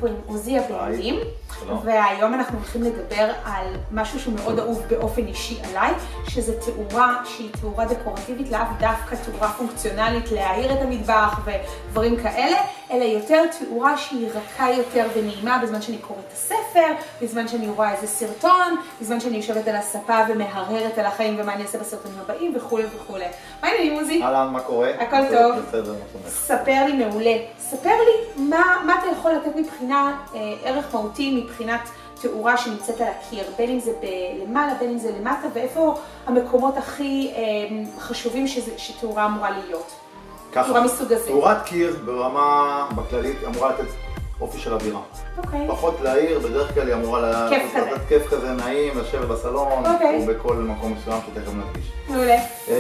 פה עם עוזי הבעלים, והיום אנחנו הולכים לדבר על משהו שהוא מאוד אהוב באופן אישי עליי, שזה תאורה שהיא תאורה דקורטיבית, לאו דווקא תאורה פונקציונלית להאיר את המטבח ודברים כאלה, אלא יותר תאורה שהיא רכה יותר ונעימה בזמן שאני קוראת את הספר, בזמן שאני רואה איזה סרטון, בזמן שאני יושבת על הספה ומהרהרת על החיים ומה אני אעשה בסרטונים הבאים וכו' וכו'. מה העניינים עוזי? אהלן, מה קורה? הכל טוב. בסדר, ספר לי מעולה. ספר לי מה אתה יכול לתת מבחינה ערך מהותי, מבחינת תאורה שנמצאת על הקיר, בין אם זה למעלה, בין אם זה למטה, ואיפה המקומות הכי חשובים שתאורה אמורה להיות. תאורה מסוג הזה. תאורת קיר ברמה בכללית אמורה לתת אופי של אווירה. פחות להעיר, בדרך כלל היא אמורה לתת כיף כזה נעים, לשבת בסלון, או בכל מקום מסוים שתכף נדגיש. מעולה.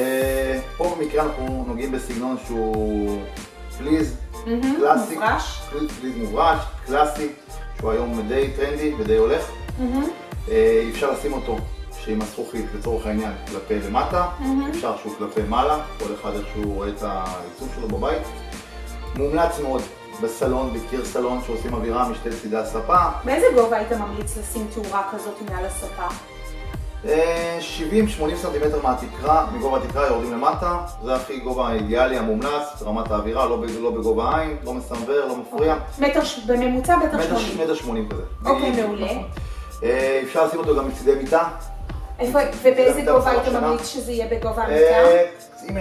פה במקרה אנחנו נוגעים בסגנון שהוא פליז, קלאסי, פליז מוברש, קלאסי, שהוא היום די טרנדי ודי הולך. אפשר לשים אותו שעם הזכוכית לצורך העניין כלפי למטה, אפשר שהוא כלפי מעלה, כל אחד איך שהוא רואה את העיצוב שלו בבית. מומלץ מאוד בסלון, בקיר סלון שעושים אווירה משתי צידי הספה. באיזה גובה היית ממליץ לשים תאורה כזאת מעל הספה? 70-80 סנטימטר מהתקרה, מגובה התקרה יורדים למטה, זה הכי גובה האידיאלי המומלץ, רמת האווירה, לא בגובה עין, לא מסנוור, לא מפריע. בממוצע מטר 80. מטר 80 כזה. אוקיי, מעולה. אפשר לשים אותו גם מצידי מיטה. ובאיזה גובה היית ממליץ שזה יהיה בגובה המיטה? אם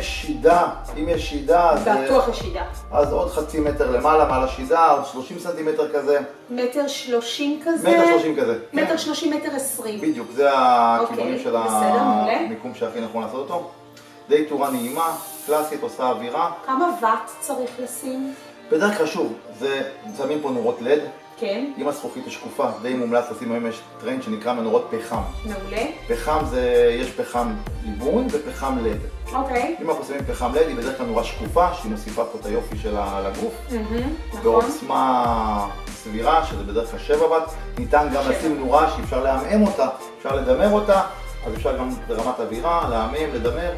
יש שידה, בטוח יש שידה. אז עוד חצי מטר למעלה, מעל השידה, עוד 30 סנטימטר כזה. מטר 30 כזה? מטר 30 כזה. מטר 30, מטר 20. בדיוק, זה הכיוונים של המיקום שהכי נכון לעשות אותו. די תאורה נעימה, קלאסית, עושה אווירה. כמה ואט צריך לשים? בדרך כלל שוב, שמים פה נורות לד. כן. אם הזכוכית היא שקופה, די מומלץ לשים, היום יש טרנד שנקרא מנורות פחם. מעולה. פחם יש פחם ליבון ופחם לד. אוקיי. אם אנחנו שמים פחם לד, היא בדרך כלל נורה שקופה, שהיא מוסיפה פה את היופי שלה לגוף. נכון. בעוצמה סבירה, שזה בדרך כלל 7 ואט. ניתן גם לשים נורה שאפשר להמם אותה, אפשר לדמר אותה, אז אפשר גם ברמת אווירה, להמם, לדמר.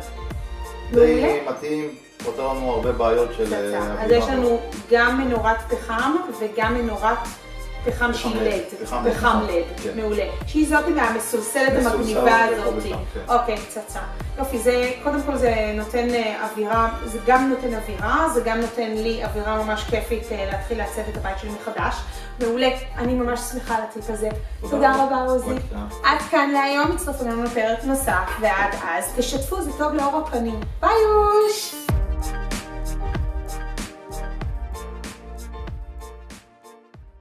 די מתאים. פותר לנו הרבה בעיות של אווירה. אז יש לנו גם מנורת פחם וגם מנורת פחם שהיא לד. פחם לד, מעולה. שהיא זאת מהמסולסלת המגניבה הזאת. אוקיי, פצצה. יופי, קודם כל זה נותן אווירה, זה גם נותן אווירה, זה גם נותן לי אווירה ממש כיפית להתחיל לעצב את הבית שלי מחדש. מעולה, אני ממש שמחה על הטיפ הזה. תודה רבה עוזי. עד כאן להיום, הצטרפו לנו לפרק נוסף, ועד אז תשתפו, זה טוב לאור הפנים. ביי יוש!